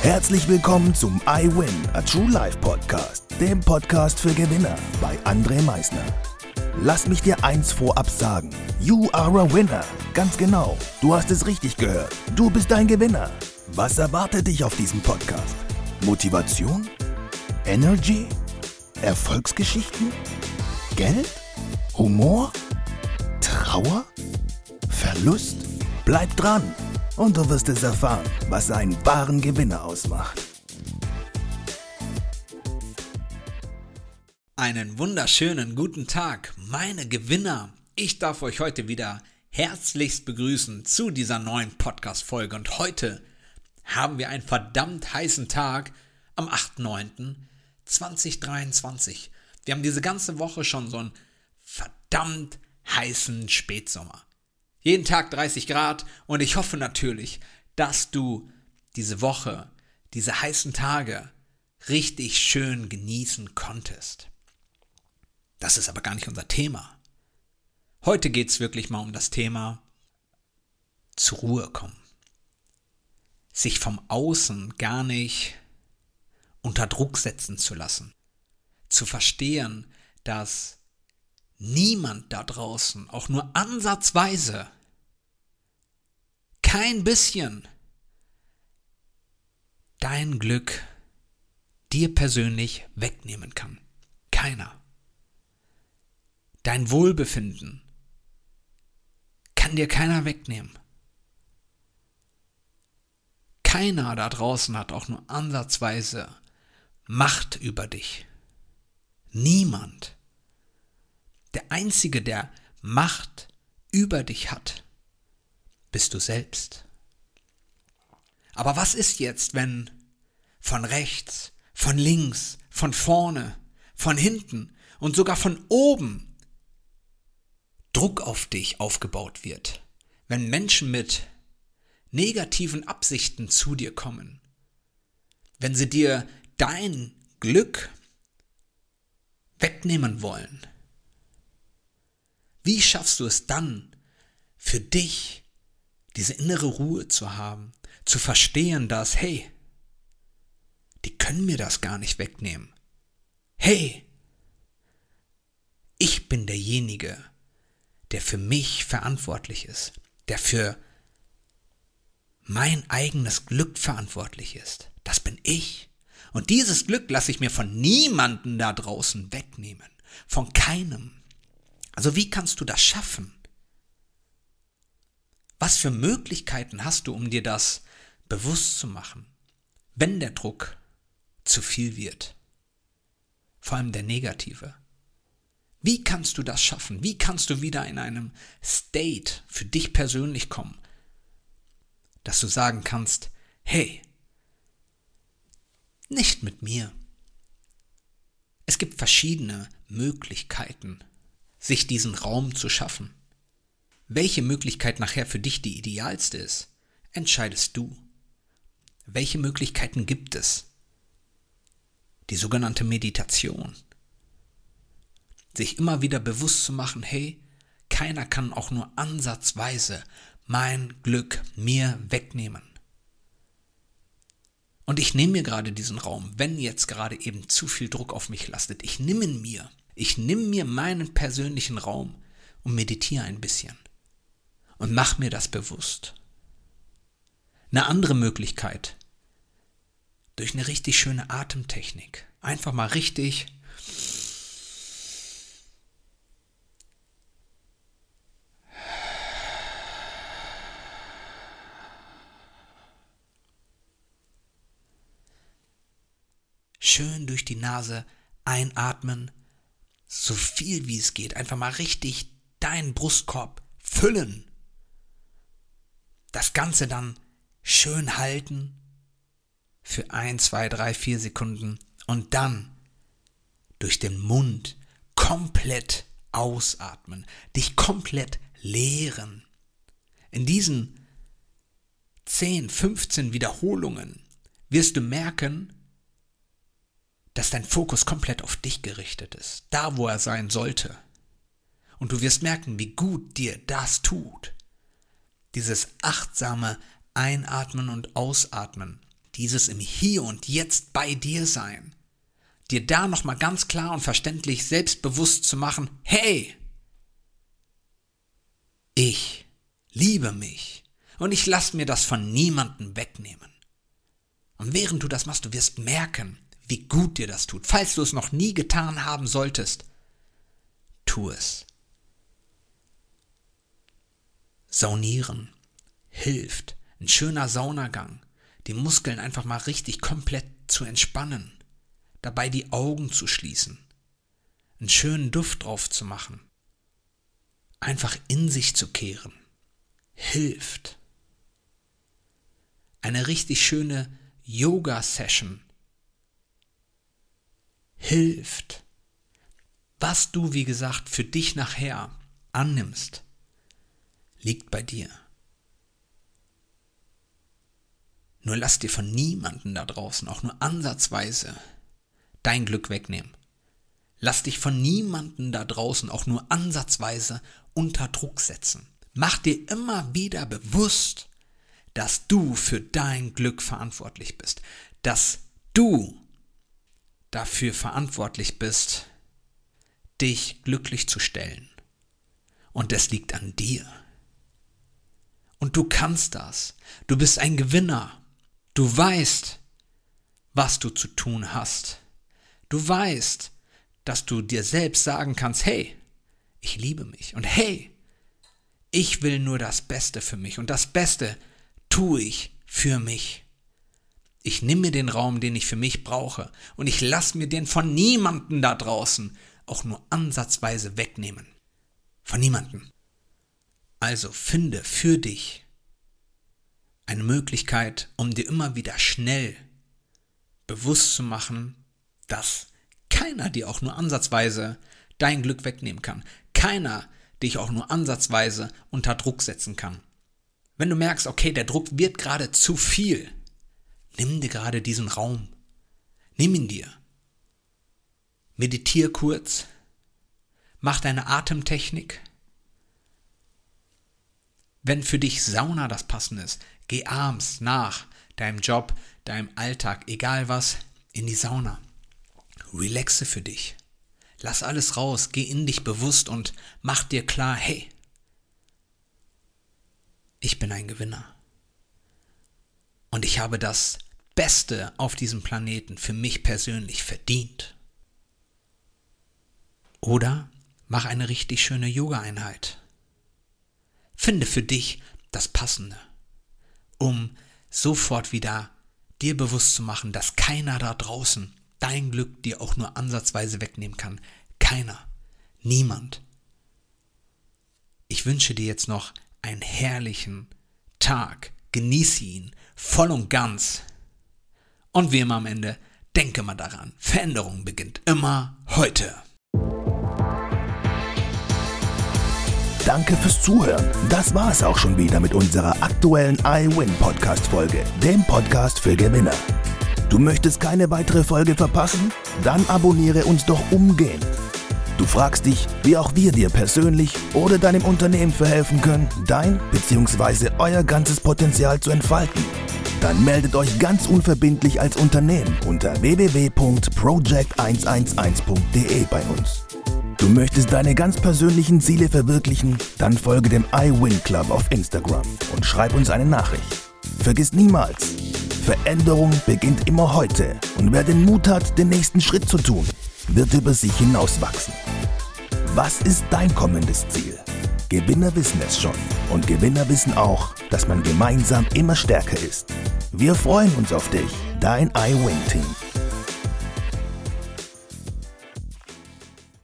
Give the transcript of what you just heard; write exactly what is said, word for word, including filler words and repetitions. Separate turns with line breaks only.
Herzlich willkommen zum I Win, a True Life Podcast, dem Podcast für Gewinner bei André Meisner. Lass mich dir eins vorab sagen, you are a winner. Ganz genau, du hast es richtig gehört, du bist ein Gewinner. Was erwartet dich auf diesem Podcast? Motivation? Energy? Erfolgsgeschichten? Geld? Humor? Trauer? Verlust? Bleib dran und du wirst es erfahren, was einen wahren Gewinner ausmacht.
Einen wunderschönen guten Tag, meine Gewinner. Ich darf euch heute wieder herzlichst begrüßen zu dieser neuen Podcast-Folge. Und heute haben wir einen verdammt heißen Tag am achter neunter zweitausenddreiundzwanzig. Wir haben diese ganze Woche schon so einen verdammt heißen Spätsommer. Jeden Tag dreißig Grad und ich hoffe natürlich, dass du diese Woche, diese heißen Tage richtig schön genießen konntest. Das ist aber gar nicht unser Thema. Heute geht es wirklich mal um das Thema zur Ruhe kommen. Sich vom Außen gar nicht unter Druck setzen zu lassen. Zu verstehen, dass niemand da draußen, auch nur ansatzweise, kein bisschen dein Glück dir persönlich wegnehmen kann. Keiner. Dein Wohlbefinden kann dir keiner wegnehmen. Keiner da draußen hat auch nur ansatzweise Macht über dich. Niemand. Der Einzige, der Macht über dich hat, bist du selbst. Aber was ist jetzt, wenn von rechts, von links, von vorne, von hinten und sogar von oben Druck auf dich aufgebaut wird? Wenn Menschen mit negativen Absichten zu dir kommen, wenn sie dir dein Glück wegnehmen wollen, wie schaffst du es dann, für dich diese innere Ruhe zu haben, zu verstehen, dass, hey, die können mir das gar nicht wegnehmen. Hey, ich bin derjenige, der für mich verantwortlich ist, der für mein eigenes Glück verantwortlich ist. Das bin ich. Und dieses Glück lasse ich mir von niemandem da draußen wegnehmen. Von keinem. Also wie kannst du das schaffen? Was für Möglichkeiten hast du, um dir das bewusst zu machen, wenn der Druck zu viel wird? Vor allem der negative. Wie kannst du das schaffen? Wie kannst du wieder in einem State für dich persönlich kommen, dass du sagen kannst, hey, nicht mit mir. Es gibt verschiedene Möglichkeiten, sich diesen Raum zu schaffen. Welche Möglichkeit nachher für dich die idealste ist, entscheidest du. Welche Möglichkeiten gibt es? Die sogenannte Meditation. Sich immer wieder bewusst zu machen, hey, keiner kann auch nur ansatzweise mein Glück mir wegnehmen. Und ich nehme mir gerade diesen Raum, wenn jetzt gerade eben zu viel Druck auf mich lastet. Ich nehme ihn mir. Ich nehme mir meinen persönlichen Raum und meditiere ein bisschen. Und mach mir das bewusst. Eine andere Möglichkeit. Durch eine richtig schöne Atemtechnik. Einfach mal richtig schön durch die Nase einatmen, so viel wie es geht. Einfach mal richtig deinen Brustkorb füllen. Das Ganze dann schön halten für ein, zwei, drei, vier Sekunden und dann durch den Mund komplett ausatmen, dich komplett leeren. In diesen zehn, fünfzehn Wiederholungen wirst du merken, dass dein Fokus komplett auf dich gerichtet ist, da wo er sein sollte. Und du wirst merken, wie gut dir das tut. Dieses achtsame Einatmen und Ausatmen, dieses im Hier und Jetzt bei dir sein, dir da nochmal ganz klar und verständlich selbstbewusst zu machen, hey, ich liebe mich und ich lasse mir das von niemandem wegnehmen. Und während du das machst, du wirst merken, wie gut dir das tut. Falls du es noch nie getan haben solltest, tu es. Saunieren hilft. Ein schöner Saunagang. Die Muskeln einfach mal richtig komplett zu entspannen. Dabei die Augen zu schließen. Einen schönen Duft drauf zu machen. Einfach in sich zu kehren. Hilft. Eine richtig schöne Yoga-Session hilft. Was du, wie gesagt, für dich nachher annimmst, liegt bei dir. Nur lass dir von niemandem da draußen auch nur ansatzweise dein Glück wegnehmen. Lass dich von niemandem da draußen auch nur ansatzweise unter Druck setzen. Mach dir immer wieder bewusst, dass du für dein Glück verantwortlich bist. Dass du dafür verantwortlich bist, dich glücklich zu stellen. Und das liegt an dir. Und du kannst das. Du bist ein Gewinner. Du weißt, was du zu tun hast. Du weißt, dass du dir selbst sagen kannst, hey, ich liebe mich. Und hey, ich will nur das Beste für mich. Und das Beste tue ich für mich. Ich nehme mir den Raum, den ich für mich brauche. Und ich lasse mir den von niemandem da draußen auch nur ansatzweise wegnehmen. Von niemandem. Also finde für dich eine Möglichkeit, um dir immer wieder schnell bewusst zu machen, dass keiner dir auch nur ansatzweise dein Glück wegnehmen kann. Keiner dich auch nur ansatzweise unter Druck setzen kann. Wenn du merkst, okay, der Druck wird gerade zu viel, nimm dir gerade diesen Raum. Nimm ihn dir. Meditier kurz. Mach deine Atemtechnik. Wenn für dich Sauna das Passende ist, geh abends nach deinem Job, deinem Alltag, egal was, in die Sauna. Relaxe für dich. Lass alles raus, geh in dich bewusst und mach dir klar, hey, ich bin ein Gewinner. Und ich habe das Beste auf diesem Planeten für mich persönlich verdient. Oder mach eine richtig schöne Yoga-Einheit. Finde für dich das Passende, um sofort wieder dir bewusst zu machen, dass keiner da draußen dein Glück dir auch nur ansatzweise wegnehmen kann. Keiner. Niemand. Ich wünsche dir jetzt noch einen herrlichen Tag. Genieße ihn voll und ganz. Und wie immer am Ende, denke mal daran, Veränderung beginnt immer heute.
Danke fürs Zuhören. Das war es auch schon wieder mit unserer aktuellen iWin-Podcast-Folge, dem Podcast für Gewinner. Du möchtest keine weitere Folge verpassen? Dann abonniere uns doch umgehend. Du fragst dich, wie auch wir dir persönlich oder deinem Unternehmen verhelfen können, dein bzw. euer ganzes Potenzial zu entfalten. Dann meldet euch ganz unverbindlich als Unternehmen unter w w w punkt project eins eins eins punkt d e bei uns. Du möchtest deine ganz persönlichen Ziele verwirklichen? Dann folge dem iWin Club auf Instagram und schreib uns eine Nachricht. Vergiss niemals, Veränderung beginnt immer heute und wer den Mut hat, den nächsten Schritt zu tun, wird über sich hinauswachsen. Was ist dein kommendes Ziel? Gewinner wissen es schon und Gewinner wissen auch, dass man gemeinsam immer stärker ist. Wir freuen uns auf dich, dein iWin-Team.